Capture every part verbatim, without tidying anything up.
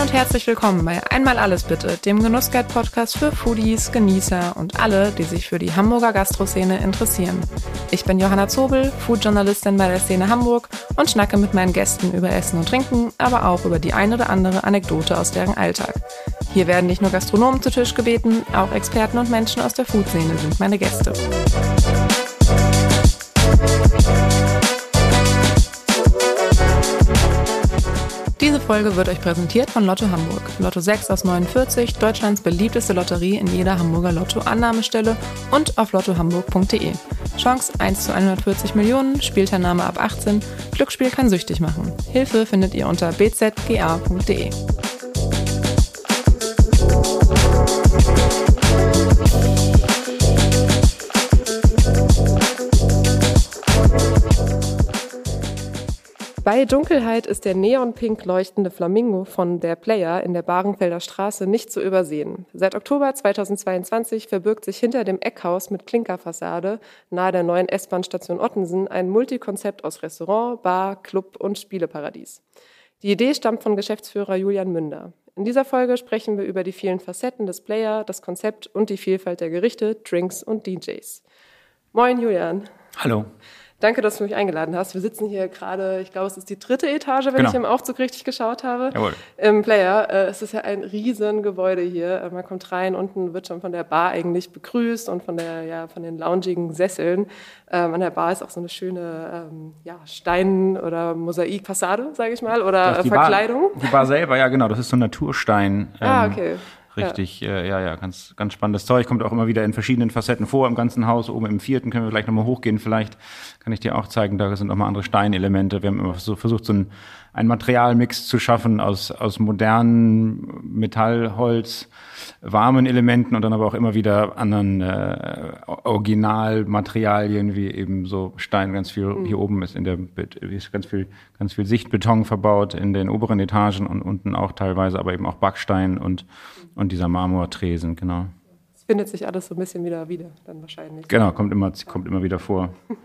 und herzlich willkommen bei Einmal alles bitte, dem Genussguide-Podcast für Foodies, Genießer und alle, die sich für die Hamburger Gastroszene interessieren. Ich bin Johanna Zobel, Foodjournalistin bei der Szene Hamburg und schnacke mit meinen Gästen über Essen und Trinken, aber auch über die ein oder andere Anekdote aus deren Alltag. Hier werden nicht nur Gastronomen zu Tisch gebeten, auch Experten und Menschen aus der Food-Szene sind meine Gäste. Diese Folge wird euch präsentiert von Lotto Hamburg. Lotto sechs aus neunundvierzig, Deutschlands beliebteste Lotterie in jeder Hamburger Lotto-Annahmestelle und auf lotto hamburg punkt de. Chance eins zu hundertvierzig Millionen, Spielteilnahme ab achtzehn, Glücksspiel kann süchtig machen. Hilfe findet ihr unter b z g a punkt de. Bei Dunkelheit ist der neonpink leuchtende Flamingo von der Player in der Bahrenfelder Straße nicht zu übersehen. Seit Oktober zweitausendzweiundzwanzig verbirgt sich hinter dem Eckhaus mit Klinkerfassade nahe der neuen S-Bahn-Station Ottensen ein Multikonzept aus Restaurant, Bar, Club und Spieleparadies. Die Idee stammt von Geschäftsführer Julian Münder. In dieser Folge sprechen wir über die vielen Facetten des Player, das Konzept und die Vielfalt der Gerichte, Drinks und D Js. Moin Julian. Hallo. Danke, dass du mich eingeladen hast. Wir sitzen hier gerade, ich glaube, es ist die dritte Etage, wenn genau. ich im Aufzug richtig geschaut habe. Jawohl. Im Player. Äh, es ist ja ein riesen Gebäude hier. Äh, man kommt rein, unten wird schon von der Bar eigentlich begrüßt und von der, ja, von den loungigen Sesseln. Ähm, an der Bar ist auch so eine schöne ähm, ja, Stein- oder Mosaikfassade, sage ich mal, oder äh, die Verkleidung. Bar, die Bar selber, ja genau, das ist so ein Naturstein. Ähm, ah, okay. Richtig, ja, äh, ja, ja, ganz, ganz spannendes Zeug. Kommt auch immer wieder in verschiedenen Facetten vor im ganzen Haus. Oben im vierten können wir gleich nochmal hochgehen. Vielleicht kann ich dir auch zeigen, da sind nochmal andere Steinelemente. Wir haben immer so versucht, so ein, ein Materialmix zu schaffen aus, aus modernen Metall, Holz, warmen Elementen und dann aber auch immer wieder anderen äh, Originalmaterialien, wie eben so Stein. Ganz viel mhm. hier oben ist in der ist ganz viel, ganz viel Sichtbeton verbaut in den oberen Etagen und unten auch teilweise, aber eben auch Backstein und Und dieser Marmortresen, genau. Es findet sich alles so ein bisschen wieder wieder, dann wahrscheinlich. Genau, kommt immer, kommt immer wieder vor.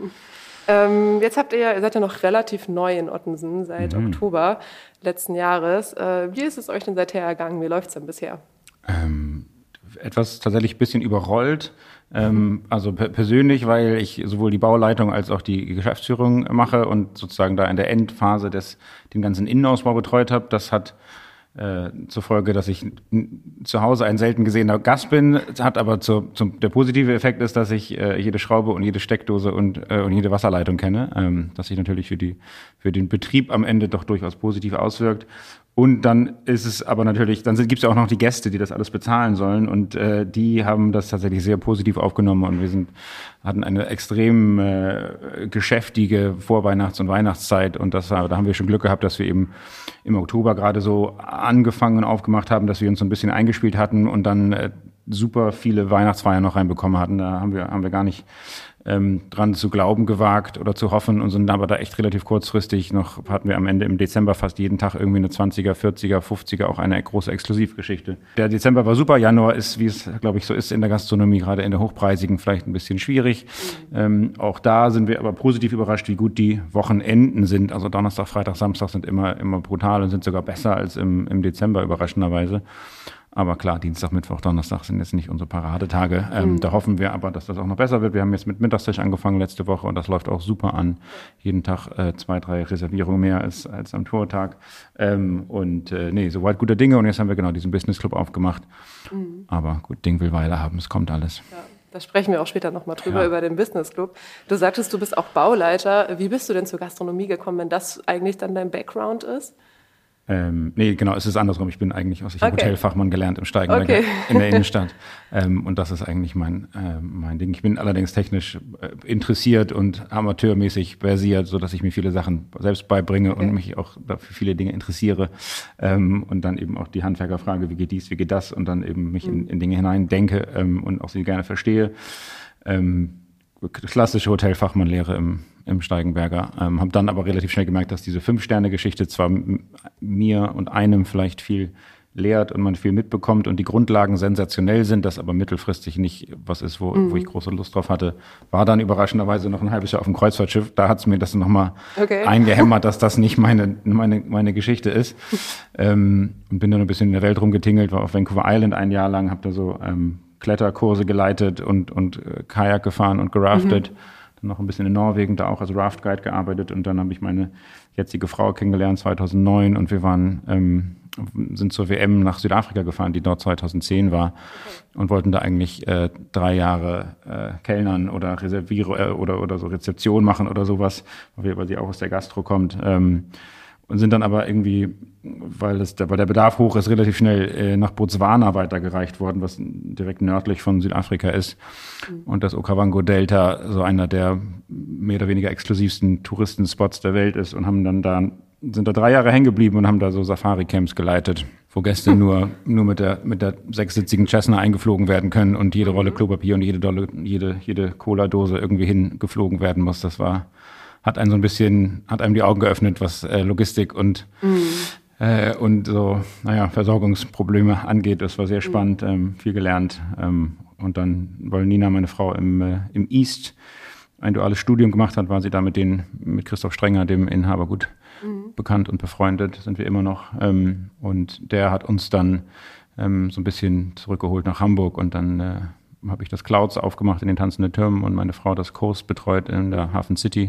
ähm, jetzt habt ihr ja, ihr seid ja noch relativ neu in Ottensen, seit mhm. Oktober letzten Jahres. Äh, wie ist es euch denn seither ergangen? Wie läuft es denn bisher? Ähm, etwas tatsächlich ein bisschen überrollt. Ähm, also per- persönlich, weil ich sowohl die Bauleitung als auch die Geschäftsführung mache und sozusagen da in der Endphase des, den ganzen Innenausbau betreut habe. Das hat Äh, zur Folge, dass ich n- zu Hause ein selten gesehener Gast bin, hat aber zu, zum, der positive Effekt ist, dass ich äh, jede Schraube und jede Steckdose und, äh, und jede Wasserleitung kenne, ähm, dass sich natürlich für die für den Betrieb am Ende doch durchaus positiv auswirkt. Und dann ist es aber natürlich, dann gibt es ja auch noch die Gäste, die das alles bezahlen sollen und äh, die haben das tatsächlich sehr positiv aufgenommen und wir sind hatten eine extrem äh, geschäftige Vorweihnachts- und Weihnachtszeit und das war, da haben wir schon Glück gehabt, dass wir eben im Oktober gerade so angefangen und aufgemacht haben, dass wir uns so ein bisschen eingespielt hatten und dann äh, super viele Weihnachtsfeiern noch reinbekommen hatten. Da haben wir haben wir gar nicht ähm, dran zu glauben gewagt oder zu hoffen und sind aber da echt relativ kurzfristig noch, hatten wir am Ende im Dezember fast jeden Tag irgendwie eine zwanziger, vierziger, fünfziger, auch eine große Exklusivgeschichte. Der Dezember war super, Januar ist, wie es glaube ich so ist in der Gastronomie, gerade in der hochpreisigen vielleicht ein bisschen schwierig. Mhm. Ähm, auch da sind wir aber positiv überrascht, wie gut die Wochenenden sind. Also Donnerstag, Freitag, Samstag sind immer immer brutal und sind sogar besser als im, im Dezember überraschenderweise. Aber klar, Dienstag, Mittwoch, Donnerstag sind jetzt nicht unsere Paradetage. Ähm, mhm. Da hoffen wir aber, dass das auch noch besser wird. Wir haben jetzt mit Mittagstisch angefangen letzte Woche und das läuft auch super an. Jeden Tag äh, zwei, drei Reservierungen mehr als, als am Tourtag. Ähm, und äh, nee, soweit gute Dinge. Und jetzt haben wir genau diesen Business Club aufgemacht. Mhm. Aber gut, Ding will Weile haben, es kommt alles. Ja. Da sprechen wir auch später nochmal drüber, ja. über den Business Club. Du sagtest, du bist auch Bauleiter. Wie bist du denn zur Gastronomie gekommen, wenn das eigentlich dann dein Background ist? Ähm, nee, genau, es ist andersrum. Ich bin eigentlich aus, ich okay. habe Hotelfachmann gelernt im Steigenberg okay. in der Innenstadt. ähm, und das ist eigentlich mein, äh, mein Ding. Ich bin allerdings technisch äh, interessiert und amateurmäßig versiert, so dass ich mir viele Sachen selbst beibringe okay. und mich auch für viele Dinge interessiere. Ähm, und dann eben auch die Handwerker frage, wie geht dies, wie geht das? Und dann eben mich mhm. in, in Dinge hinein denke ähm, und auch sie gerne verstehe. Ähm, klassische Hotelfachmannlehre im, im Steigenberger. Ähm, habe dann aber relativ schnell gemerkt, dass diese Fünf-Sterne-Geschichte zwar m- mir und einem vielleicht viel lehrt und man viel mitbekommt und die Grundlagen sensationell sind, das aber mittelfristig nicht was ist, wo, mhm. wo ich große Lust drauf hatte. War dann überraschenderweise noch ein halbes Jahr auf dem Kreuzfahrtschiff. Da hat es mir das nochmal okay. eingehämmert, dass das nicht meine, meine, meine Geschichte ist. ähm, und bin dann ein bisschen in der Welt rumgetingelt, war auf Vancouver Island ein Jahr lang, habe da so ähm, Kletterkurse geleitet und, und äh, Kajak gefahren und geraftet. Mhm. Dann noch ein bisschen in Norwegen, da auch als Raft Guide gearbeitet und dann habe ich meine jetzige Frau kennengelernt zweitausendneun und wir waren ähm, sind zur W M nach Südafrika gefahren, die dort zweitausendzehn war okay. und wollten da eigentlich äh, drei Jahre äh, Kellnern oder Reserviere äh, oder oder so Rezeption machen oder sowas, weil sie auch aus der Gastro kommt. Ähm, und sind dann aber irgendwie, weil, das, weil der Bedarf hoch ist, relativ schnell äh, nach Botswana weitergereicht worden, was direkt nördlich von Südafrika ist. Mhm. Und das Okavango-Delta so einer der mehr oder weniger exklusivsten Touristenspots der Welt ist und haben dann da, sind da drei Jahre hängen geblieben und haben da so Safari-Camps geleitet, wo Gäste nur, nur mit der, mit der sechssitzigen Cessna eingeflogen werden können und jede Rolle Klopapier und jede, Dolle, jede, jede Cola-Dose irgendwie hingeflogen werden muss. Das war, hat einen so ein bisschen, hat einem die Augen geöffnet, was äh, Logistik und, mhm. äh, und so, naja, Versorgungsprobleme angeht. Das war sehr spannend, mhm. ähm, viel gelernt. Ähm, und dann, weil Nina, meine Frau, im, äh, im East ein duales Studium gemacht hat, war sie da mit den, mit Christoph Strenger, dem Inhaber, gut mhm. bekannt und befreundet, sind wir immer noch. Ähm, und der hat uns dann ähm, so ein bisschen zurückgeholt nach Hamburg und dann äh, habe ich das Clouds aufgemacht in den Tanzenden Türmen und meine Frau das Coast betreut in der Hafen City.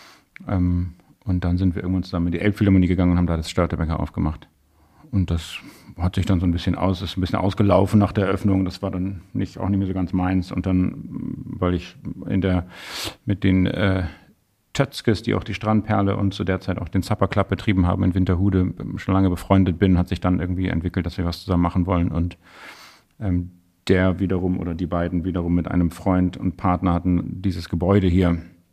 Ähm, und dann sind wir irgendwann zusammen in die Elbphilharmonie gegangen und haben da das Störtebecker aufgemacht. Und das hat sich dann so ein bisschen aus, ist ein bisschen ausgelaufen nach der Eröffnung. Das war dann nicht, auch nicht mehr so ganz meins. Und dann, weil ich in der, mit den äh, Tötzkes, die auch die Strandperle und zu der Zeit auch den Supper Club betrieben haben in Winterhude, schon lange befreundet bin, hat sich dann irgendwie entwickelt, dass wir was zusammen machen wollen. Und ähm, der wiederum oder die beiden wiederum mit einem Freund und Partner hatten dieses Gebäude hier.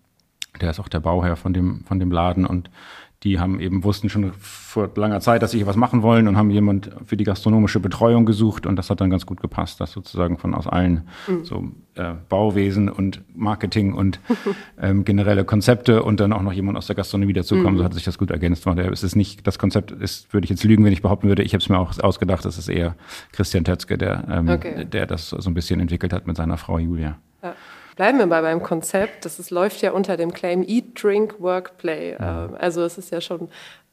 Der ist auch der Bauherr von dem, von dem Laden und die haben eben, wussten schon vor langer Zeit, dass sie hier was machen wollen und haben jemand für die gastronomische Betreuung gesucht und das hat dann ganz gut gepasst, dass sozusagen von aus allen mhm. so äh, Bauwesen und Marketing und ähm, generelle Konzepte und dann auch noch jemand aus der Gastronomie dazukommen, mhm. so hat sich das gut ergänzt. Weil es ist nicht, das Konzept ist, würde ich jetzt lügen, wenn ich behaupten würde, ich habe es mir auch ausgedacht, das ist eher Christian Tötzke, der, ähm, okay. der das so ein bisschen entwickelt hat mit seiner Frau Julia. Ja. Bleiben wir mal beim Konzept. Das ist, läuft ja unter dem Claim Eat, Drink, Work, Play. Ja. Also es ist ja schon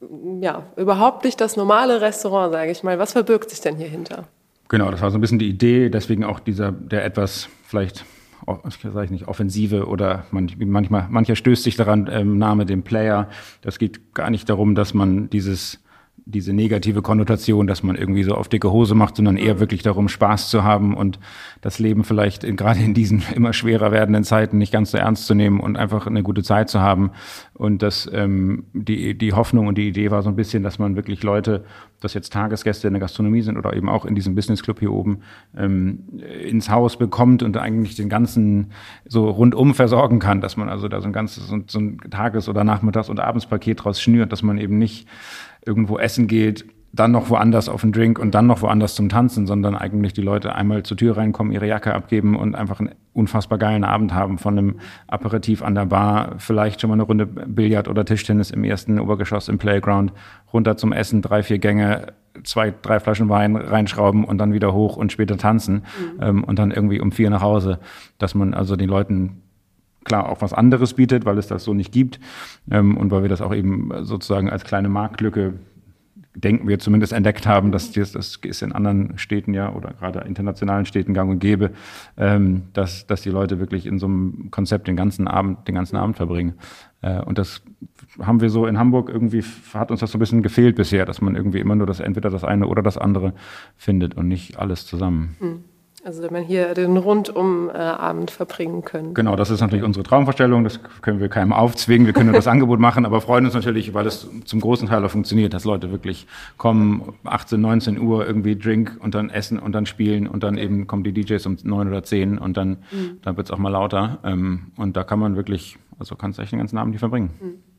ja, überhaupt nicht das normale Restaurant, sage ich mal. Was verbirgt sich denn hier hinter? Genau, das war so ein bisschen die Idee. Deswegen auch dieser, der etwas vielleicht, sage ich nicht, offensive oder manch, manchmal, mancher stößt sich daran, ähm, Name dem Player. Das geht gar nicht darum, dass man dieses diese negative Konnotation, dass man irgendwie so auf dicke Hose macht, sondern eher wirklich darum, Spaß zu haben und das Leben vielleicht in, gerade in diesen immer schwerer werdenden Zeiten nicht ganz so ernst zu nehmen und einfach eine gute Zeit zu haben. Und das, ähm, die, die Hoffnung und die Idee war so ein bisschen, dass man wirklich Leute, das jetzt Tagesgäste in der Gastronomie sind oder eben auch in diesem Business Club hier oben, ähm, ins Haus bekommt und eigentlich den ganzen so rundum versorgen kann, dass man also da so ein ganzes, so, so ein Tages- oder Nachmittags- und Abendspaket draus schnürt, dass man eben nicht irgendwo essen geht, dann noch woanders auf einen Drink und dann noch woanders zum Tanzen, sondern eigentlich die Leute einmal zur Tür reinkommen, ihre Jacke abgeben und einfach einen unfassbar geilen Abend haben von einem Aperitif an der Bar, vielleicht schon mal eine Runde Billard oder Tischtennis im ersten Obergeschoss im Playground, runter zum Essen, drei, vier Gänge, zwei, drei Flaschen Wein reinschrauben und dann wieder hoch und später tanzen mhm. ähm, und dann irgendwie um vier nach Hause, dass man also den Leuten klar auch was anderes bietet, weil es das so nicht gibt ähm, und weil wir das auch eben sozusagen als kleine Marktlücke, denken wir zumindest, entdeckt haben, dass das, das ist in anderen Städten ja oder gerade internationalen Städten gang und gäbe, ähm, dass, dass die Leute wirklich in so einem Konzept den ganzen Abend, den ganzen Abend verbringen. Äh, und das haben wir so in Hamburg irgendwie, hat uns das so ein bisschen gefehlt bisher, dass man irgendwie immer nur das entweder das eine oder das andere findet und nicht alles zusammen. Hm. Also wenn man hier den Rundum-Abend äh, verbringen können. Genau, das ist natürlich unsere Traumvorstellung. Das können wir keinem aufzwingen. Wir können nur das Angebot machen, aber freuen uns natürlich, weil es zum großen Teil auch funktioniert, dass Leute wirklich kommen, achtzehn, neunzehn Uhr irgendwie Drink und dann essen und dann spielen und dann eben kommen die D Js um neun oder zehn und dann, mhm. dann wird es auch mal lauter. Und da kann man wirklich, also kannst du echt den ganzen Abend hier verbringen. Mhm.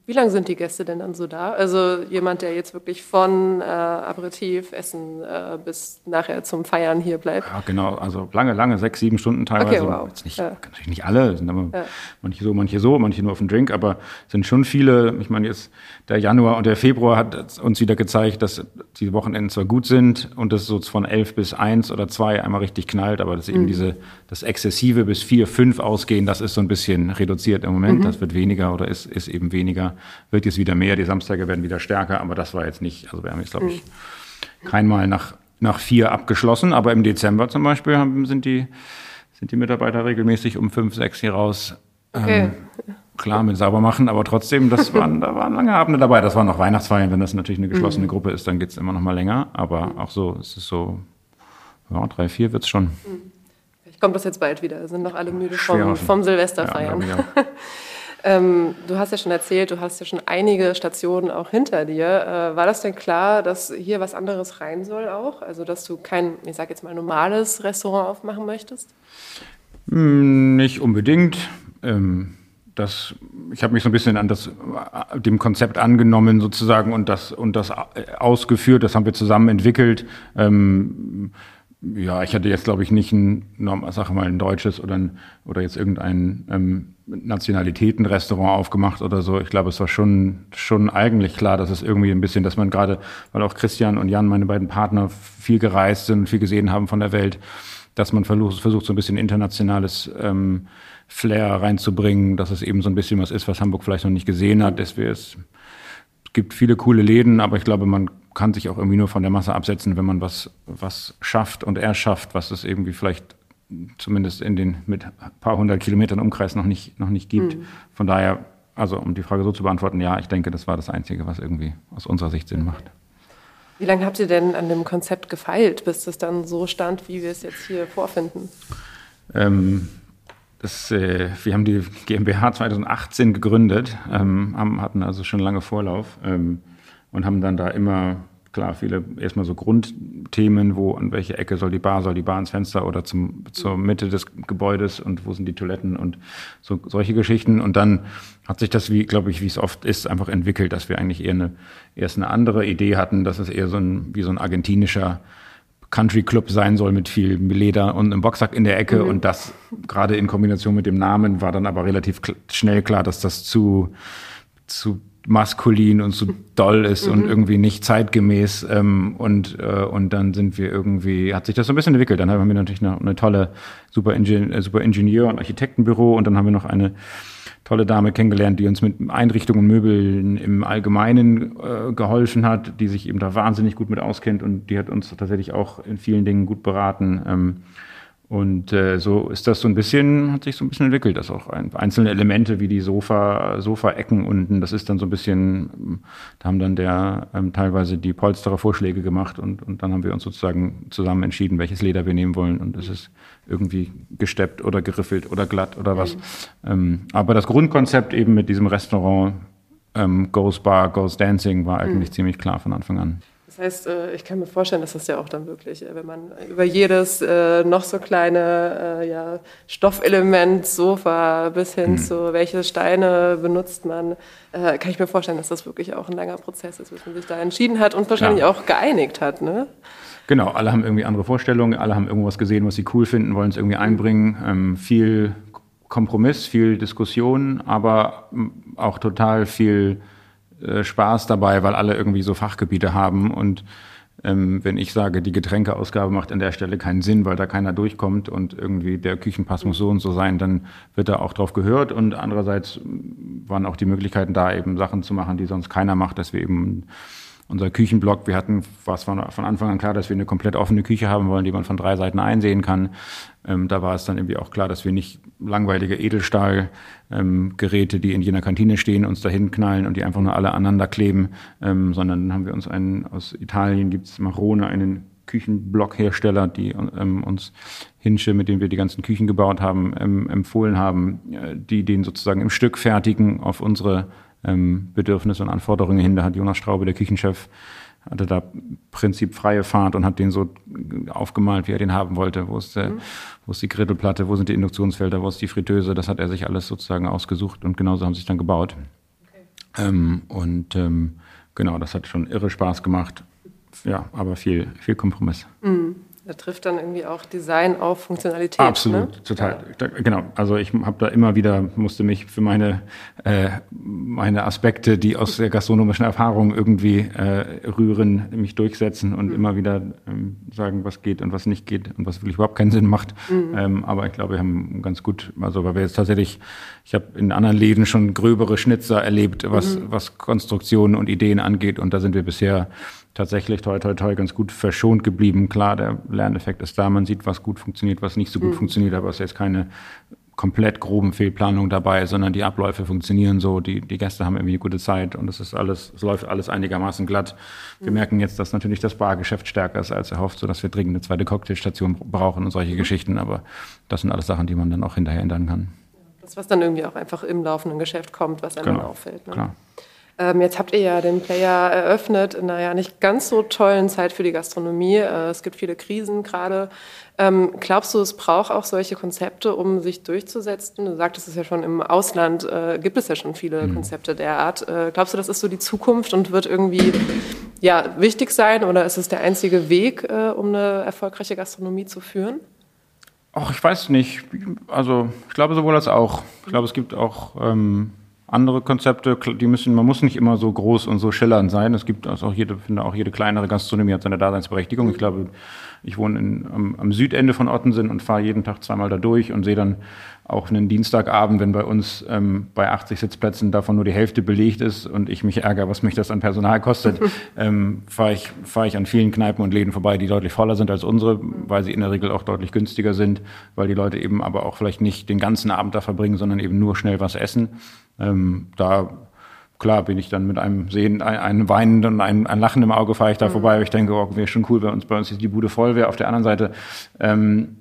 Wie lange sind die Gäste denn dann so da? Also jemand, der jetzt wirklich von äh, Aperitif, Essen äh, bis nachher zum Feiern hier bleibt? Ja, genau. Also lange, lange, sechs, sieben Stunden teilweise. Okay, wow. Jetzt nicht, ja. Natürlich nicht alle, sind aber ja. manche so, manche so, manche nur auf den Drink, aber sind schon viele. Ich meine, jetzt der Januar und der Februar hat uns wieder gezeigt, dass die Wochenenden zwar gut sind und das so von elf bis eins oder zwei einmal richtig knallt, aber dass eben mhm. diese, das Exzessive bis vier, fünf ausgehen, das ist so ein bisschen reduziert im Moment. Mhm. Das wird weniger oder ist, ist eben weniger. Wird jetzt wieder mehr, die Samstage werden wieder stärker, aber das war jetzt nicht, also wir haben jetzt, glaube ich, keinmal nach, nach vier abgeschlossen, aber im Dezember zum Beispiel haben, sind, die, sind die Mitarbeiter regelmäßig um fünf, sechs hier raus. Okay. Ähm, klar, mit sauber machen, aber trotzdem, das waren, da waren lange Abende dabei. Das waren noch Weihnachtsfeiern, wenn das natürlich eine geschlossene mhm. Gruppe ist, dann geht es immer noch mal länger, aber auch so, es ist so, ja, drei, vier wird es schon. Vielleicht kommt das jetzt bald wieder, sind noch alle müde vom, vom Silvesterfeiern. Ja, Ähm, du hast ja schon erzählt, du hast ja schon einige Stationen auch hinter dir. Äh, war das denn klar, dass hier was anderes rein soll auch? Also, dass du kein, ich sag jetzt mal, normales Restaurant aufmachen möchtest? Nicht unbedingt. Ähm, das, ich habe mich so ein bisschen an das, dem Konzept angenommen sozusagen und das, und das ausgeführt. Das haben wir zusammen entwickelt. Ähm, Ja, ich hatte jetzt, glaube ich, nicht ein, sag mal, ein deutsches oder, ein, oder jetzt irgendein ähm, Nationalitätenrestaurant aufgemacht oder so. Ich glaube, es war schon, schon eigentlich klar, dass es irgendwie ein bisschen, dass man gerade, weil auch Christian und Jan, meine beiden Partner, viel gereist sind und viel gesehen haben von der Welt, dass man versucht, versucht so ein bisschen internationales ähm, Flair reinzubringen, dass es eben so ein bisschen was ist, was Hamburg vielleicht noch nicht gesehen hat. Deswegen es gibt viele coole Läden, aber ich glaube, man kann sich auch irgendwie nur von der Masse absetzen, wenn man was, was schafft und erschafft, was es irgendwie vielleicht zumindest in den mit ein paar hundert Kilometern Umkreis noch nicht, noch nicht gibt. Mhm. Von daher, also um die Frage so zu beantworten, ja, ich denke, das war das Einzige, was irgendwie aus unserer Sicht Sinn macht. Wie lange habt ihr denn an dem Konzept gefeilt, bis das dann so stand, wie wir es jetzt hier vorfinden? Ähm, das, äh, wir haben die GmbH zwanzig achtzehn gegründet, ähm, haben, hatten also schon lange Vorlauf. Ähm, Und haben dann da immer, klar, viele erstmal so Grundthemen, wo, an welche Ecke soll die Bar, soll die Bar ins Fenster oder zum, zur Mitte des Gebäudes und wo sind die Toiletten und so, solche Geschichten. Und dann hat sich das, wie, glaube ich, wie es oft ist, einfach entwickelt, dass wir eigentlich eher eine, erst eine andere Idee hatten, dass es eher so ein, wie so ein argentinischer Country Club sein soll mit viel Leder und einem Boxsack in der Ecke. Mhm. Und das gerade in Kombination mit dem Namen war dann aber relativ kl- schnell klar, dass das zu, zu maskulin und so doll ist mhm. und irgendwie nicht zeitgemäß ähm, und äh, und dann sind wir irgendwie, hat sich das so ein bisschen entwickelt. Dann haben wir natürlich noch eine tolle super, Ingen- äh, super Ingenieur- und Architektenbüro und dann haben wir noch eine tolle Dame kennengelernt, die uns mit Einrichtungen und Möbeln im Allgemeinen äh, geholfen hat, die sich eben da wahnsinnig gut mit auskennt und die hat uns tatsächlich auch in vielen Dingen gut beraten. Ähm, Und äh, so ist das so ein bisschen, hat sich so ein bisschen entwickelt, dass auch ein, einzelne Elemente wie die Sofa, Sofa-Ecken unten, das ist dann so ein bisschen, da haben dann der ähm, teilweise die Polsterer Vorschläge gemacht und, und dann haben wir uns sozusagen zusammen entschieden, welches Leder wir nehmen wollen und es ist irgendwie gesteppt oder geriffelt oder glatt oder was. Mhm. Ähm, aber das Grundkonzept eben mit diesem Restaurant ähm, Goes Bar, Goes Dancing war eigentlich mhm. ziemlich klar von Anfang an. Das heißt, ich kann mir vorstellen, dass das ja auch dann wirklich, wenn man über jedes äh, noch so kleine äh, ja, Stoffelement, Sofa bis hin mhm. zu welche Steine benutzt man, äh, kann ich mir vorstellen, dass das wirklich auch ein langer Prozess ist, bis man sich da entschieden hat und wahrscheinlich Klar. auch geeinigt hat, ne? Genau, alle haben irgendwie andere Vorstellungen, alle haben irgendwas gesehen, was sie cool finden, wollen es irgendwie einbringen. Ähm, viel Kompromiss, viel Diskussion, aber auch total viel Spaß dabei, weil alle irgendwie so Fachgebiete haben und ähm, wenn ich sage, die Getränkeausgabe macht an der Stelle keinen Sinn, weil da keiner durchkommt und irgendwie der Küchenpass muss so und so sein, dann wird da auch drauf gehört und andererseits waren auch die Möglichkeiten da, eben Sachen zu machen, die sonst keiner macht, dass wir eben unser Küchenblock, wir hatten, war es von Anfang an klar, dass wir eine komplett offene Küche haben wollen, die man von drei Seiten einsehen kann. Ähm, da war es dann irgendwie auch klar, dass wir nicht langweilige Edelstahlgeräte, ähm, die in jener Kantine stehen, uns dahin knallen und die einfach nur alle aneinander kleben, ähm, sondern dann haben wir uns einen, aus Italien gibt es Marrone, einen Küchenblockhersteller, die ähm, uns Hinsche, mit denen wir die ganzen Küchen gebaut haben, ähm, empfohlen haben, äh, die den sozusagen im Stück fertigen auf unsere ähm, Bedürfnisse und Anforderungen hin. Da hat Jonas Straube, der Küchenchef, hatte da Prinzip freie Fahrt und hat den so aufgemalt, wie er den haben wollte. Wo ist, der, mhm. wo ist die Grittelplatte, wo sind die Induktionsfelder, wo ist die Fritteuse? Das hat er sich alles sozusagen ausgesucht und genauso haben sie sich dann gebaut. Okay. Ähm, und ähm, genau, das hat schon irre Spaß gemacht. Ja, aber viel, viel Kompromiss. Mhm. Da trifft dann irgendwie auch Design auf Funktionalität. Absolut, ne? total. Ja. Da, genau. Also ich habe da immer wieder, musste mich für meine, äh, meine Aspekte, die aus der gastronomischen Erfahrung irgendwie äh, rühren, mich durchsetzen und mhm. immer wieder ähm, sagen, was geht und was nicht geht und was wirklich überhaupt keinen Sinn macht. Mhm. Ähm, aber ich glaube, wir haben ganz gut, also weil wir jetzt tatsächlich, ich habe in anderen Läden schon gröbere Schnitzer erlebt, was, mhm. was Konstruktionen und Ideen angeht, und da sind wir bisher tatsächlich toi toi toi ganz gut verschont geblieben. Klar, der Lerneffekt ist da, man sieht, was gut funktioniert, was nicht so gut mhm. funktioniert, aber es ist jetzt keine komplett groben Fehlplanungen dabei, sondern die Abläufe funktionieren so, die, die Gäste haben irgendwie eine gute Zeit und es ist alles, es läuft alles einigermaßen glatt. Wir mhm. merken jetzt, dass natürlich das Bargeschäft stärker ist als erhofft, sodass wir dringend eine zweite Cocktailstation brauchen und solche mhm. Geschichten, aber das sind alles Sachen, die man dann auch hinterher ändern kann. Das, was dann irgendwie auch einfach im laufenden Geschäft kommt, was einem genau. dann auffällt. Ne? Klar. Ähm, jetzt habt ihr ja den Player eröffnet in einer ja nicht ganz so tollen Zeit für die Gastronomie. Äh, es gibt viele Krisen gerade. Ähm, glaubst du, es braucht auch solche Konzepte, um sich durchzusetzen? Du sagtest es ja schon, im Ausland äh, gibt es ja schon viele mhm. Konzepte der Art. Äh, glaubst du, das ist so die Zukunft und wird irgendwie ja, wichtig sein, oder ist es der einzige Weg, äh, um eine erfolgreiche Gastronomie zu führen? Ach, ich weiß nicht. Also ich glaube sowohl als auch. Ich glaube, es gibt auch ähm andere Konzepte, die müssen, man muss nicht immer so groß und so schillernd sein. Es gibt also auch jede, finde auch jede kleinere Gastronomie hat seine Daseinsberechtigung. Ich glaube, ich wohne in, am, am Südende von Ottensen und fahre jeden Tag zweimal da durch und sehe dann auch einen Dienstagabend, wenn bei uns ähm, bei achtzig Sitzplätzen davon nur die Hälfte belegt ist und ich mich ärgere, was mich das an Personal kostet, ähm, fahre ich, fahre ich an vielen Kneipen und Läden vorbei, die deutlich voller sind als unsere, weil sie in der Regel auch deutlich günstiger sind, weil die Leute eben aber auch vielleicht nicht den ganzen Abend da verbringen, sondern eben nur schnell was essen. Ähm, da, klar, bin ich dann mit einem Sehen, ein, einem weinenden und einem, ein Lachen im Auge fahre ich da mhm. vorbei, weil ich denke, oh, wäre schon cool, wenn uns bei uns die Bude voll wäre. Auf der anderen Seite ähm,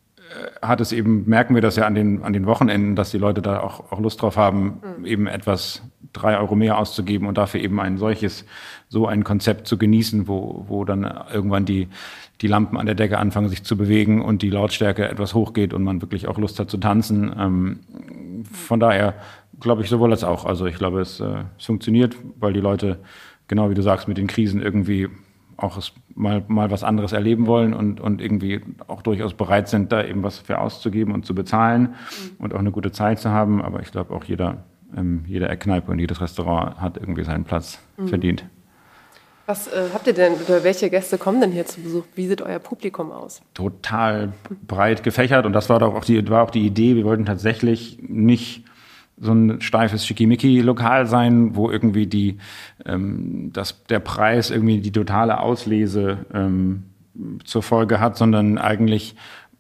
hat es eben, merken wir das ja an den, an den Wochenenden, dass die Leute da auch, auch Lust drauf haben, mhm. eben etwas drei Euro mehr auszugeben und dafür eben ein solches, so ein Konzept zu genießen, wo, wo dann irgendwann die, die Lampen an der Decke anfangen sich zu bewegen und die Lautstärke etwas hochgeht und man wirklich auch Lust hat zu tanzen. Ähm, von daher glaube ich sowohl als auch. Also ich glaube, es, äh, es funktioniert, weil die Leute, genau wie du sagst, mit den Krisen irgendwie auch es mal, mal was anderes erleben wollen und, und irgendwie auch durchaus bereit sind, da eben was für auszugeben und zu bezahlen mhm. und auch eine gute Zeit zu haben. Aber ich glaube auch jeder, ähm, jede Eckkneipe und jedes Restaurant hat irgendwie seinen Platz mhm. verdient. Was äh, habt ihr denn, oder welche Gäste kommen denn hier zu Besuch? Wie sieht euer Publikum aus? Total breit gefächert und das war doch auch die, war auch die Idee. Wir wollten tatsächlich nicht so ein steifes Schickimicki-Lokal sein, wo irgendwie die, ähm, das, der Preis irgendwie die totale Auslese ähm, zur Folge hat, sondern eigentlich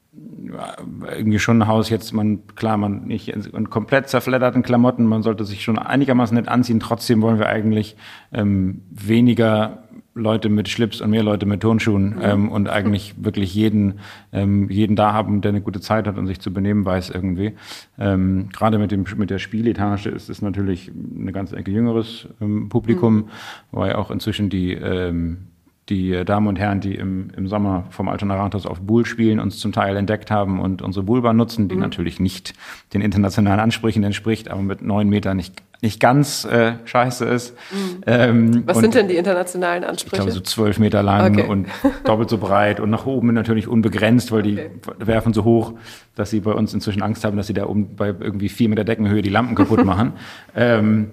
irgendwie schon ein Haus, jetzt man, klar, man nicht in komplett zerfledderten Klamotten, man sollte sich schon einigermaßen nett anziehen, trotzdem wollen wir eigentlich ähm, weniger Leute mit Schlips und mehr Leute mit Turnschuhen mhm. ähm, und eigentlich wirklich jeden ähm, jeden da haben, der eine gute Zeit hat und sich zu benehmen weiß irgendwie. Ähm, gerade mit dem mit der Spieletage ist es natürlich eine ganze Ecke jüngeres ähm, Publikum, mhm. weil auch inzwischen die ähm, die Damen und Herren, die im, im Sommer vom Altona Rathaus auf Buhl spielen, uns zum Teil entdeckt haben und unsere Buhlbahn nutzen, die mhm. natürlich nicht den internationalen Ansprüchen entspricht, aber mit neun Metern nicht nicht ganz äh, scheiße ist. Mhm. Ähm, Was sind denn die internationalen Ansprüche? Ich glaube so zwölf Meter lang okay. und doppelt so breit und nach oben natürlich unbegrenzt, weil die okay. werfen so hoch, dass sie bei uns inzwischen Angst haben, dass sie da oben bei irgendwie vier Meter Deckenhöhe die Lampen kaputt machen. ähm,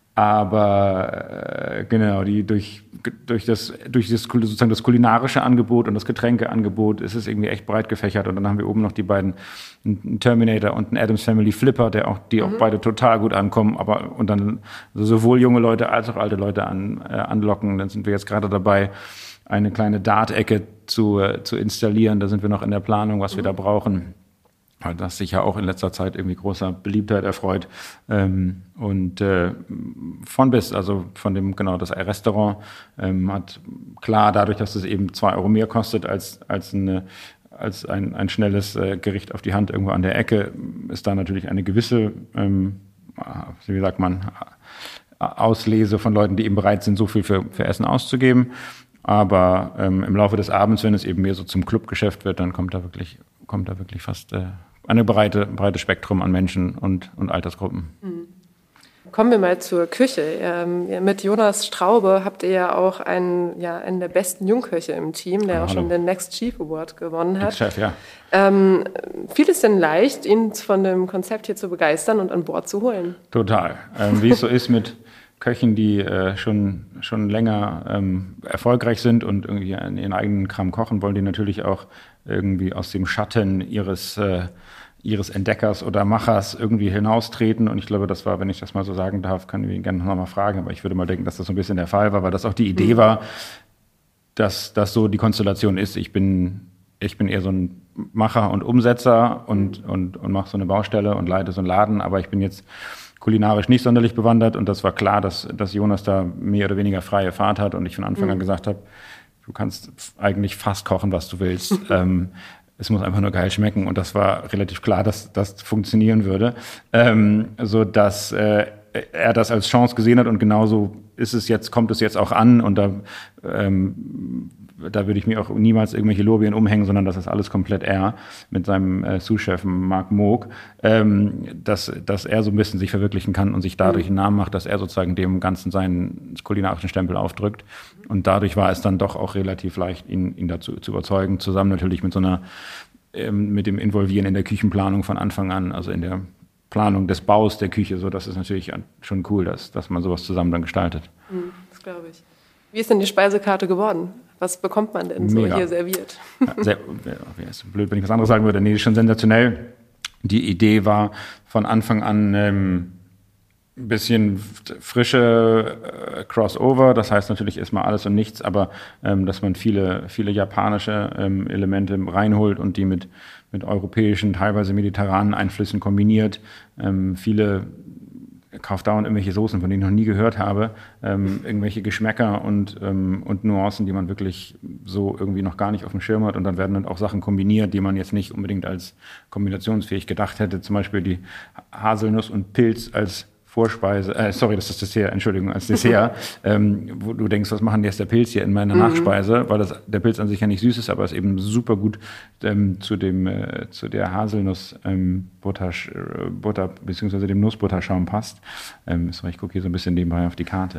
Aber äh, genau, die durch durch das durch das sozusagen das kulinarische Angebot und das Getränkeangebot ist es irgendwie echt breit gefächert und dann haben wir oben noch die beiden, einen Terminator und einen Addams Family Flipper, der auch die mhm. auch beide total gut ankommen, aber und dann also sowohl junge Leute als auch alte Leute an, äh, anlocken. Dann sind wir jetzt gerade dabei, eine kleine Dart-Ecke zu äh, zu installieren. Da sind wir noch in der Planung, was mhm. wir da brauchen. Das sich ja auch in letzter Zeit irgendwie großer Beliebtheit erfreut. Ähm, und äh, von bis, also von dem, genau, das Restaurant ähm, hat klar, dadurch, dass es eben zwei Euro mehr kostet als, als, eine, als ein, ein schnelles äh, Gericht auf die Hand irgendwo an der Ecke, ist da natürlich eine gewisse, ähm, wie sagt man, Auslese von Leuten, die eben bereit sind, so viel für, für Essen auszugeben. Aber ähm, im Laufe des Abends, wenn es eben mehr so zum Clubgeschäft wird, dann kommt da wirklich, kommt da wirklich fast äh, eine breite, breite Spektrum an Menschen und, und Altersgruppen. Mhm. Kommen wir mal zur Küche. Ähm, mit Jonas Straube habt ihr ja auch einen, ja, einen der besten Jungköche im Team, der ah, auch hallo. schon den Next Chief Award gewonnen hat. Chef, ja. Ähm, fiel es denn leicht, ihn von dem Konzept hier zu begeistern und an Bord zu holen? Total. Ähm, wie es so ist mit Köchen, die äh, schon, schon länger ähm, erfolgreich sind und irgendwie ihren eigenen Kram kochen, wollen die natürlich auch irgendwie aus dem Schatten ihres äh, ihres Entdeckers oder Machers irgendwie hinaustreten. Und ich glaube, das war, wenn ich das mal so sagen darf, kann ich ihn gerne noch mal fragen, aber ich würde mal denken, dass das so ein bisschen der Fall war, weil das auch die Idee mhm. war, dass das so die Konstellation ist. Ich bin, ich bin eher so ein Macher und Umsetzer und, und, und mache so eine Baustelle und leite so einen Laden, aber ich bin jetzt kulinarisch nicht sonderlich bewandert und das war klar, dass, dass Jonas da mehr oder weniger freie Fahrt hat und ich von Anfang mhm. an gesagt habe, du kannst eigentlich fast kochen, was du willst. ähm, Es muss einfach nur geil schmecken und das war relativ klar, dass das funktionieren würde, ähm, so dass äh, er das als Chance gesehen hat und genauso ist es jetzt, kommt es jetzt auch an und da, ähm, da würde ich mir auch niemals irgendwelche Lorbeeren umhängen, sondern das ist alles komplett er mit seinem äh, Sous-Chef Marc Moog, ähm, dass, dass er so ein bisschen sich verwirklichen kann und sich dadurch einen Namen macht, dass er sozusagen dem Ganzen seinen kulinarischen Stempel aufdrückt und dadurch war es dann doch auch relativ leicht, ihn, ihn dazu zu überzeugen, zusammen natürlich mit so einer, ähm, mit dem Involvieren in der Küchenplanung von Anfang an, also in der Planung des Baus der Küche, so das ist natürlich schon cool, dass, dass man sowas zusammen dann gestaltet. Das glaube ich. Wie ist denn die Speisekarte geworden? Was bekommt man denn so Mega. hier serviert? Ja, sehr, ja, ist blöd, wenn ich was anderes sagen würde. Nee, ist schon sensationell. Die Idee war von Anfang an ähm, ein bisschen frische äh, Crossover. Das heißt natürlich erstmal alles und nichts, aber ähm, dass man viele, viele japanische ähm, Elemente reinholt und die mit, mit europäischen, teilweise mediterranen Einflüssen kombiniert. Ähm, viele kauft dauernd irgendwelche Soßen, von denen ich noch nie gehört habe, ähm, irgendwelche Geschmäcker und, ähm, und Nuancen, die man wirklich so irgendwie noch gar nicht auf dem Schirm hat. Und dann werden dann auch Sachen kombiniert, die man jetzt nicht unbedingt als kombinationsfähig gedacht hätte. Zum Beispiel die Haselnuss und Pilz als Vorspeise, äh, sorry, das ist das Dessert, Entschuldigung, als Dessert, ähm, wo du denkst, was machen jetzt der Pilz hier in meiner mhm. Nachspeise, weil das, der Pilz an sich ja nicht süß ist, aber es eben super gut ähm, zu dem äh, zu der Haselnuss ähm, Butter, äh, Butter beziehungsweise dem Nussbutterschaum passt. Ähm, sorry, ich gucke hier so ein bisschen nebenbei auf die Karte.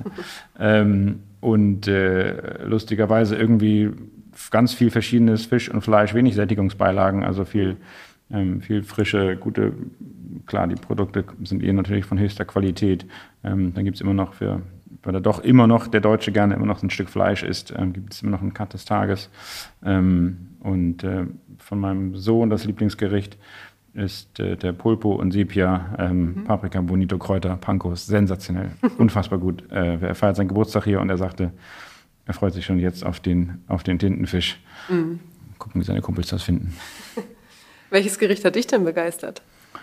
ähm, und äh, lustigerweise irgendwie ganz viel verschiedenes Fisch und Fleisch, wenig Sättigungsbeilagen, also viel Ähm, viel frische, gute, klar, die Produkte sind eh natürlich von höchster Qualität. Ähm, dann gibt es immer noch, für, weil da doch immer noch der Deutsche gerne immer noch ein Stück Fleisch isst, ähm, gibt es immer noch einen Cut des Tages. Ähm, und äh, von meinem Sohn das Lieblingsgericht ist äh, der Pulpo und Sepia, ähm, mhm. Paprika, Bonito, Kräuter, Panko, sensationell, unfassbar gut. Äh, er feiert seinen Geburtstag hier und er sagte, er freut sich schon jetzt auf den, auf den Tintenfisch. Mhm. Gucken, wie seine Kumpels das finden. Welches Gericht hat dich denn begeistert?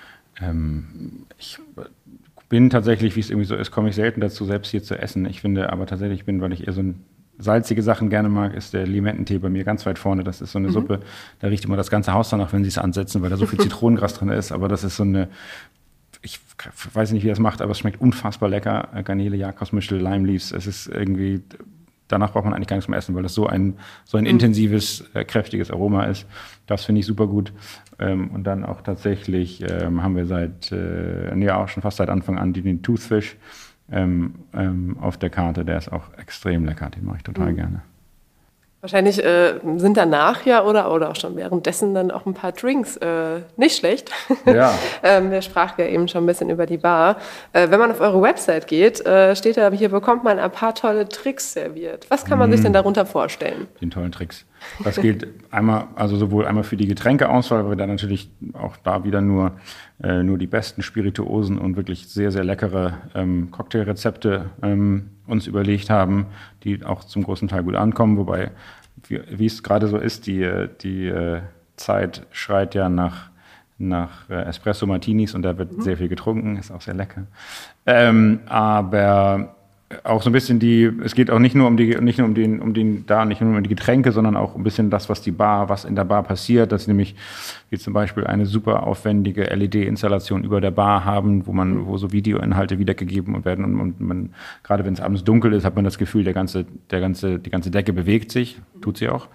Ähm, ich bin tatsächlich, wie es irgendwie so ist, komme ich selten dazu, selbst hier zu essen. Ich finde aber tatsächlich bin, weil ich eher so ein salzige Sachen gerne mag, ist der Limettentee bei mir ganz weit vorne. Das ist so eine mhm. Suppe, da riecht immer das ganze Haus danach, wenn sie es ansetzen, weil da so viel Zitronengras drin ist. Aber das ist so eine, ich weiß nicht, wie das macht, aber es schmeckt unfassbar lecker. Garnele, Jakobsmuschel, Lime Leaves. Es ist irgendwie, danach braucht man eigentlich gar nichts mehr essen, weil das so ein, so ein mhm. intensives, äh, kräftiges Aroma ist. Das finde ich super gut. Ähm, und dann auch tatsächlich ähm, haben wir seit, äh, nee, auch schon fast seit Anfang an den Toothfish ähm, ähm, auf der Karte. Der ist auch extrem lecker, den mache ich total mhm. gerne. Wahrscheinlich äh, sind danach ja oder, oder auch schon währenddessen dann auch ein paar Drinks äh, nicht schlecht. Ja. ähm, wir sprachen ja eben schon ein bisschen über die Bar. Äh, wenn man auf eure Website geht, äh, steht da, hier bekommt man ein paar tolle Tricks serviert. Was kann man mm. sich denn darunter vorstellen? Den tollen Tricks. Das gilt einmal, also sowohl einmal für die Getränkeauswahl, weil wir da natürlich auch da wieder nur, äh, nur die besten Spirituosen und wirklich sehr, sehr leckere ähm, Cocktailrezepte ähm, uns überlegt haben, die auch zum großen Teil gut ankommen, wobei, wie, wie es gerade so ist, die, die äh, Zeit schreit ja nach, nach äh, Espresso-Martinis und da wird mhm. sehr viel getrunken, ist auch sehr lecker. Ähm, aber auch so ein bisschen die, es geht auch nicht nur um die, nicht nur um den, um den, da nicht nur um die Getränke, sondern auch ein bisschen das, was die Bar, was in der Bar passiert, dass sie nämlich, wie zum Beispiel eine super aufwendige L E D-Installation über der Bar haben, wo man, wo so Videoinhalte wiedergegeben werden und, und man, gerade wenn es abends dunkel ist, hat man das Gefühl, der ganze, der ganze, die ganze Decke bewegt sich, tut sie auch.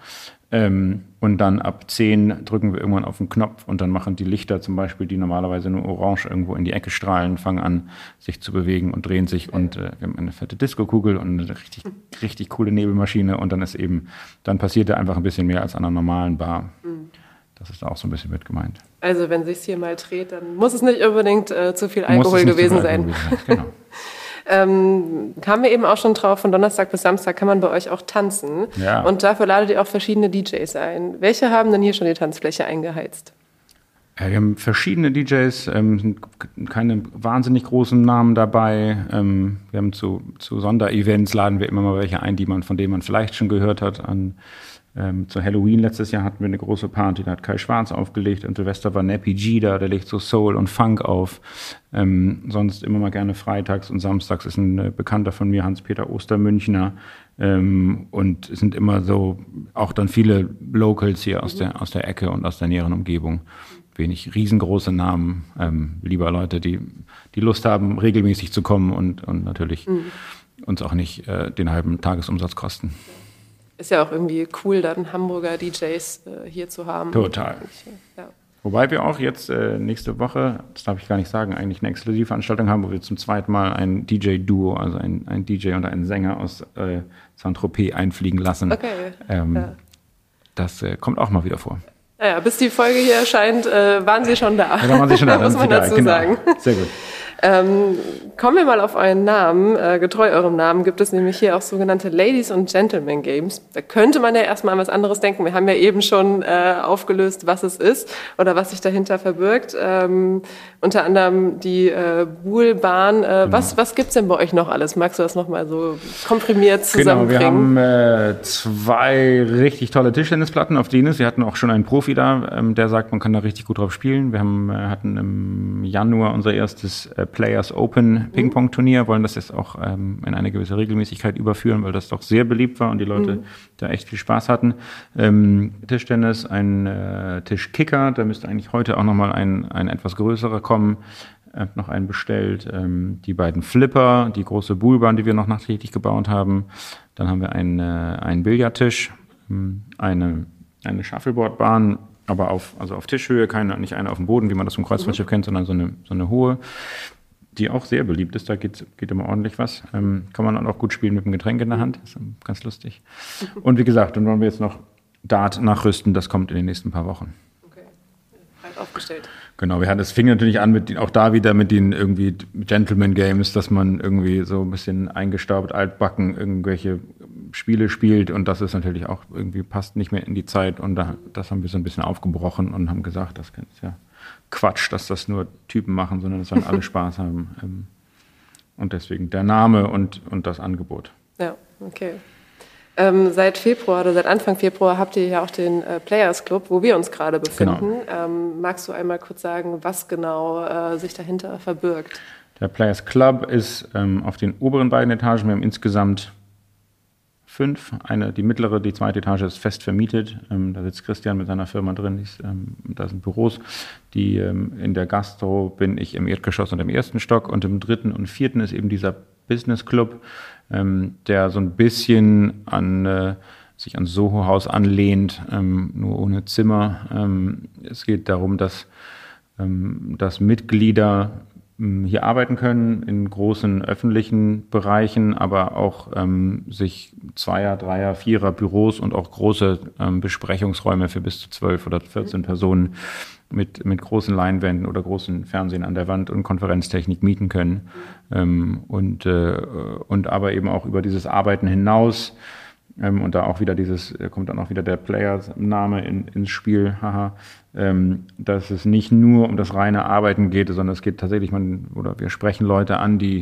Ähm, und dann ab zehn drücken wir irgendwann auf den Knopf und dann machen die Lichter zum Beispiel, die normalerweise nur orange irgendwo in die Ecke strahlen, fangen an, sich zu bewegen und drehen sich. Und äh, wir haben eine fette Disco-Kugel und eine richtig, richtig coole Nebelmaschine. Und dann ist eben, dann passiert da einfach ein bisschen mehr als an einer normalen Bar. Mhm. Das ist auch so ein bisschen mit gemeint. Also wenn sich's hier mal dreht, dann muss es nicht unbedingt äh, zu viel Alkohol gewesen sein. Alkohol sein. Genau. Ähm, kamen wir eben auch schon drauf, von Donnerstag bis Samstag kann man bei euch auch tanzen. Ja. Und dafür ladet ihr auch verschiedene D Js ein. Welche haben denn hier schon die Tanzfläche eingeheizt? Ja, wir haben verschiedene D Js, ähm, sind keine wahnsinnig großen Namen dabei. Ähm, wir haben zu, zu Sonderevents laden wir immer mal welche ein, die man, von denen man vielleicht schon gehört hat. An, ähm, zu Halloween letztes Jahr hatten wir eine große Party, da hat Kai Schwarz aufgelegt und Silvester war Nappy G da, der legt so Soul und Funk auf. Ähm, sonst immer mal gerne freitags und samstags ist ein äh, Bekannter von mir, Hans-Peter Ostermünchner. Ähm, und es sind immer so auch dann viele Locals hier aus, mhm. der, aus der Ecke und aus der näheren Umgebung. Wenig riesengroße Namen, ähm, lieber Leute, die, die Lust haben, regelmäßig zu kommen und, und natürlich mhm. uns auch nicht äh, den halben Tagesumsatz kosten. Ist ja auch irgendwie cool, dann Hamburger D Js äh, hier zu haben. Total. Ja. Wobei wir auch jetzt äh, nächste Woche, das darf ich gar nicht sagen, eigentlich eine Exklusivveranstaltung haben, wo wir zum zweiten Mal ein D J-Duo, also ein, ein D J und einen Sänger aus äh, Saint-Tropez einfliegen lassen. Okay. Ähm, ja. Das äh, kommt auch mal wieder vor. Naja, bis die Folge hier erscheint, äh, waren Sie schon da. Ja, da waren Sie schon da, muss man dazu genau. sagen. Sehr gut. Ähm, kommen wir mal auf euren Namen. Äh, getreu eurem Namen gibt es nämlich hier auch sogenannte Ladies und Gentlemen Games. Da könnte man ja erstmal an was anderes denken. Wir haben ja eben schon äh, aufgelöst, was es ist oder was sich dahinter verbirgt. Ähm, unter anderem die äh, Buhlbahn. Äh, genau. Was, was gibt's denn bei euch noch alles? Magst du das nochmal so komprimiert zusammenbringen? Genau, wir haben äh, zwei richtig tolle Tischtennisplatten auf Denis. Wir hatten auch schon einen Profi da, ähm, der sagt, man kann da richtig gut drauf spielen. Wir haben, äh, hatten im Januar unser erstes äh, Players Open Ping-Pong-Turnier, wollen das jetzt auch ähm, in eine gewisse Regelmäßigkeit überführen, weil das doch sehr beliebt war und die Leute mhm. da echt viel Spaß hatten. Ähm, Tischtennis, ein äh, Tischkicker, da müsste eigentlich heute auch nochmal ein, ein etwas größerer kommen. Ich habe noch einen bestellt. Ähm, die beiden Flipper, die große Buhlbahn, die wir noch nachträglich gebaut haben. Dann haben wir einen, äh, einen Billardtisch, ähm, eine, eine Shuffleboardbahn, aber auf, also auf Tischhöhe, keine, nicht eine auf dem Boden, wie man das vom Kreuzfahrtschiff mhm. kennt, sondern so eine, so eine hohe, die auch sehr beliebt ist. Da geht, geht immer ordentlich was. Ähm, kann man dann auch gut spielen mit einem Getränk in der Hand. Das ist ganz lustig. Und wie gesagt, dann wollen wir jetzt noch Dart nachrüsten. Das kommt in den nächsten paar Wochen. Okay, breit aufgestellt. Genau, wir hatten, das fing natürlich an mit, auch da wieder mit den irgendwie Gentleman Games, dass man irgendwie so ein bisschen eingestaubt, altbacken irgendwelche Spiele spielt und das ist natürlich auch irgendwie passt nicht mehr in die Zeit und da, das haben wir so ein bisschen aufgebrochen und haben gesagt, das ist ja Quatsch, dass das nur Typen machen, sondern dass sollen alle Spaß haben und deswegen der Name und, und das Angebot. Ja, okay. Ähm, seit Februar oder seit Anfang Februar habt ihr ja auch den äh, Players Club, wo wir uns gerade befinden. Genau. Ähm, magst du einmal kurz sagen, was genau äh, sich dahinter verbirgt? Der Players Club ist ähm, auf den oberen beiden Etagen. Wir haben insgesamt fünf. Eine, die mittlere, die zweite Etage ist fest vermietet. Ähm, da sitzt Christian mit seiner Firma drin. Ist, ähm, da sind Büros. Die, ähm, in der Gastro bin ich im Erdgeschoss und im ersten Stock. Und im dritten und vierten ist eben dieser Business Club, ähm, der so ein bisschen an, äh, sich an Soho-Haus anlehnt, ähm, nur ohne Zimmer. Ähm, es geht darum, dass, ähm, dass Mitglieder hier arbeiten können in großen öffentlichen Bereichen, aber auch ähm, sich Zweier-, Dreier-, Vierer Büros und auch große ähm, Besprechungsräume für bis zu zwölf oder vierzehn Personen mit, mit großen Leinwänden oder großen Fernsehen an der Wand und Konferenztechnik mieten können. Ähm, und, äh, und aber eben auch über dieses Arbeiten hinaus. Ähm, und da auch wieder dieses, kommt dann auch wieder der Player-Name in, ins Spiel, haha, ähm, dass es nicht nur um das reine Arbeiten geht, sondern es geht tatsächlich, man, oder wir sprechen Leute an, die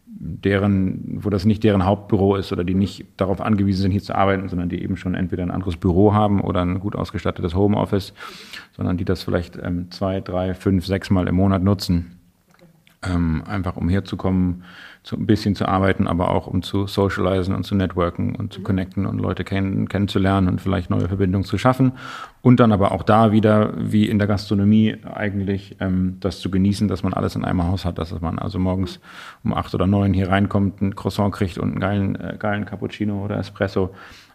deren, wo das nicht deren Hauptbüro ist oder die nicht darauf angewiesen sind, hier zu arbeiten, sondern die eben schon entweder ein anderes Büro haben oder ein gut ausgestattetes Homeoffice, sondern die das vielleicht ähm, zwei, drei, fünf, sechs Mal im Monat nutzen. Ähm, einfach um herzukommen, zu, ein bisschen zu arbeiten, aber auch um zu socialisen und zu networken und zu connecten und Leute kennen, kennenzulernen und vielleicht neue Verbindungen zu schaffen. Und dann aber auch da wieder, wie in der Gastronomie eigentlich, ähm, das zu genießen, dass man alles in einem Haus hat, dass man also morgens um acht oder neun hier reinkommt, ein Croissant kriegt und einen geilen, äh, geilen Cappuccino oder Espresso.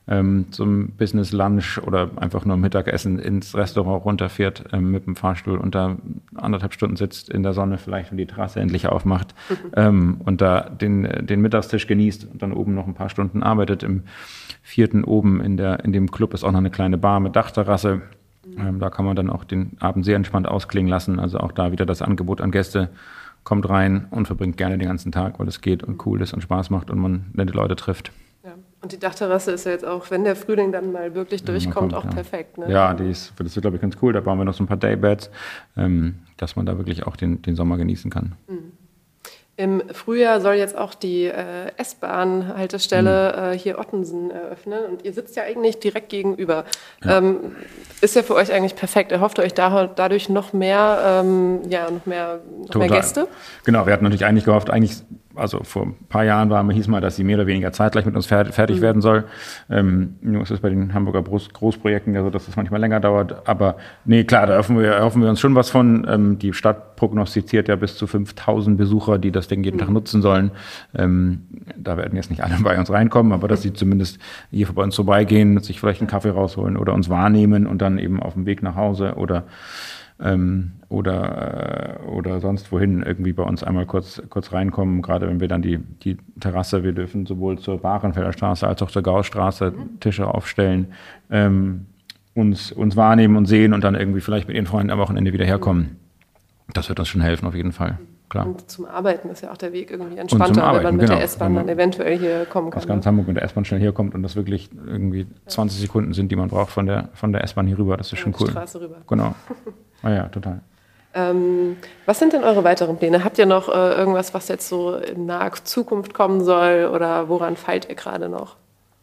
ähm, zum Business Lunch oder einfach nur Mittagessen ins Restaurant runterfährt ähm, mit dem Fahrstuhl und da anderthalb Stunden sitzt in der Sonne vielleicht, wenn die Terrasse endlich aufmacht mhm. ähm, und da den, den Mittagstisch genießt und dann oben noch ein paar Stunden arbeitet. Im vierten oben in, der, in dem Club ist auch noch eine kleine Bar mit Dachterrasse. Ähm, da kann man dann auch den Abend sehr entspannt ausklingen lassen. Also auch da wieder das Angebot an Gäste. Kommt rein und verbringt gerne den ganzen Tag, weil es geht und cool ist und Spaß macht und man nette Leute trifft. Ja. Und die Dachterrasse ist ja jetzt auch, wenn der Frühling dann mal wirklich durchkommt, ja, kommt, auch ja. perfekt. Ne? Ja, die ist, das wird, glaube ich, ganz cool. Da bauen wir noch so ein paar Daybeds, ähm, dass man da wirklich auch den, den Sommer genießen kann. Mhm. Im Frühjahr soll jetzt auch die äh, S-Bahn-Haltestelle mhm. äh, hier Ottensen eröffnen und ihr sitzt ja eigentlich direkt gegenüber. Ja. Ähm, ist ja für euch eigentlich perfekt. Erhofft ihr euch da, dadurch noch mehr, ähm, ja, noch mehr, noch mehr Gäste? Genau, wir hatten natürlich eigentlich gehofft, eigentlich, also vor ein paar Jahren war, hieß mal, dass sie mehr oder weniger zeitgleich mit uns fertig mhm. werden soll. Ähm, nur ist es bei den Hamburger Groß- Großprojekten ja so, dass das manchmal länger dauert. Aber nee, klar, da erhoffen wir, erhoffen wir uns schon was von. Ähm, die Stadt prognostiziert ja bis zu fünftausend Besucher, die das Ding jeden mhm. Tag nutzen sollen. Ähm, da werden jetzt nicht alle bei uns reinkommen, aber dass sie zumindest hier bei uns vorbeigehen, sich vielleicht einen Kaffee rausholen oder uns wahrnehmen und dann eben auf dem Weg nach Hause oder Ähm, oder, äh, oder sonst wohin irgendwie bei uns einmal kurz, kurz reinkommen, gerade wenn wir dann die, die Terrasse, wir dürfen sowohl zur Bahrenfelder Straße als auch zur Gaußstraße Tische aufstellen, ähm, uns, uns wahrnehmen und sehen und dann irgendwie vielleicht mit ihren Freunden am Wochenende wieder herkommen. Das wird uns schon helfen, auf jeden Fall. Klar. Und zum Arbeiten ist ja auch der Weg irgendwie entspannter, Arbeiten, wenn man mit genau. der S-Bahn dann eventuell hier kommen kann. Aus ganz Hamburg mit der S-Bahn schnell herkommt und das wirklich irgendwie zwanzig Sekunden sind, die man braucht von der, von der S-Bahn hier rüber. Das ist ja, schon cool. Straße rüber. Genau. Ah ja, total. Ähm, was sind denn eure weiteren Pläne? Habt ihr noch äh, irgendwas, was jetzt so in naher Zukunft kommen soll oder woran feilt ihr gerade noch?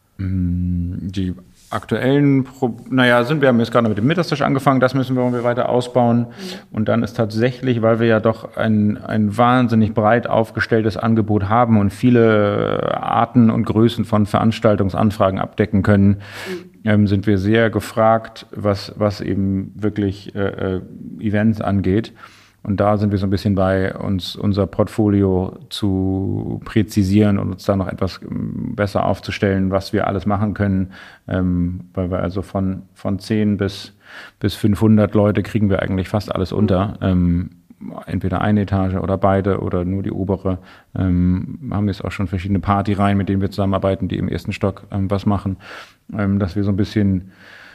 Die aktuellen, Pro- naja, sind wir haben jetzt gerade mit dem Mittagstisch angefangen, das müssen wir weiter ausbauen. Mhm. Und dann ist tatsächlich, weil wir ja doch ein, ein wahnsinnig breit aufgestelltes Angebot haben und viele Arten und Größen von Veranstaltungsanfragen abdecken können, mhm. ähm, sind wir sehr gefragt, was, was eben wirklich äh, Events angeht. Und da sind wir so ein bisschen bei, uns unser Portfolio zu präzisieren und uns da noch etwas besser aufzustellen, was wir alles machen können. Ähm, weil wir also von, von zehn bis, bis fünfhundert Leute kriegen wir eigentlich fast alles unter. Ähm, entweder eine Etage oder beide oder nur die obere. Ähm, haben jetzt auch schon verschiedene Partyreihen, mit denen wir zusammenarbeiten, die im ersten Stock ähm, was machen. Ähm, dass wir so ein bisschen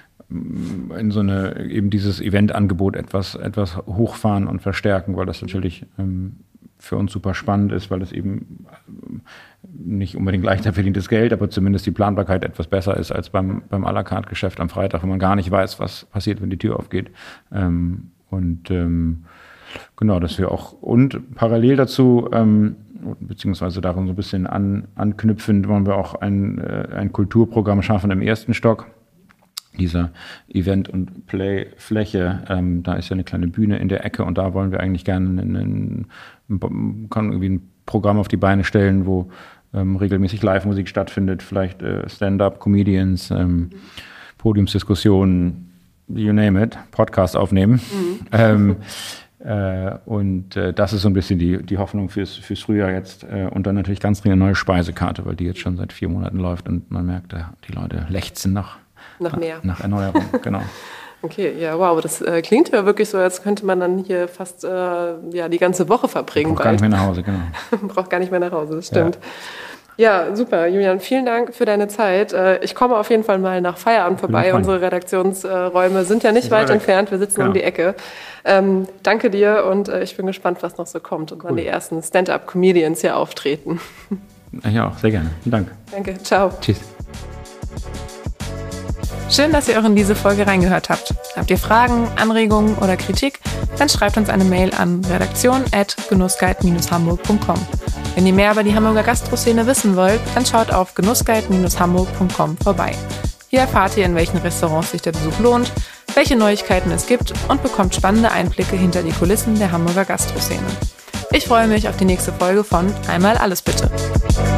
in so eine, eben dieses Eventangebot etwas, etwas hochfahren und verstärken, weil das natürlich ähm, für uns super spannend ist, weil es eben nicht unbedingt leichter verdientes Geld, aber zumindest die Planbarkeit etwas besser ist als beim, beim à la carte Geschäft am Freitag, wo man gar nicht weiß, was passiert, wenn die Tür aufgeht. Ähm, und ähm, genau, dass wir auch, und parallel dazu, ähm, beziehungsweise daran so ein bisschen an, anknüpfend, wollen wir auch ein, äh, ein Kulturprogramm schaffen im ersten Stock. Dieser Event- und Play-Fläche, ähm, da ist ja eine kleine Bühne in der Ecke und da wollen wir eigentlich gerne einen, einen, kann irgendwie ein Programm auf die Beine stellen, wo ähm, regelmäßig Live-Musik stattfindet, vielleicht äh, Stand-up, Comedians, ähm, mhm. Podiumsdiskussionen, you name it, Podcast aufnehmen. Mhm. Ähm, äh, und äh, das ist so ein bisschen die, die Hoffnung fürs, fürs Frühjahr jetzt. Äh, und dann natürlich ganz dringend eine neue Speisekarte, weil die jetzt schon seit vier Monaten läuft und man merkt, äh, die Leute lechzen nach Nach mehr. Nach Erneuerung, genau. Okay, ja, wow, das äh, klingt ja wirklich so, als könnte man dann hier fast äh, ja, die ganze Woche verbringen. Braucht gar nicht mehr nach Hause, genau. Braucht gar nicht mehr nach Hause, das stimmt. Ja. ja, super, Julian, vielen Dank für deine Zeit. Äh, ich komme auf jeden Fall mal nach Feierabend vorbei. Unsere Redaktionsräume sind ja nicht weit entfernt, wir sitzen genau. um die Ecke. Ähm, danke dir und äh, ich bin gespannt, was noch so kommt und cool. wann die ersten Stand-up-Comedians hier auftreten. Ja, sehr gerne. Vielen Dank. Danke, ciao. Tschüss. Schön, dass ihr auch in diese Folge reingehört habt. Habt ihr Fragen, Anregungen oder Kritik? Dann schreibt uns eine Mail an redaktion at genussguide dash hamburg punkt com. Wenn ihr mehr über die Hamburger Gastroszene wissen wollt, dann schaut auf genussguide dash hamburg punkt com vorbei. Hier erfahrt ihr, in welchen Restaurants sich der Besuch lohnt, welche Neuigkeiten es gibt und bekommt spannende Einblicke hinter die Kulissen der Hamburger Gastroszene. Ich freue mich auf die nächste Folge von Einmal alles bitte.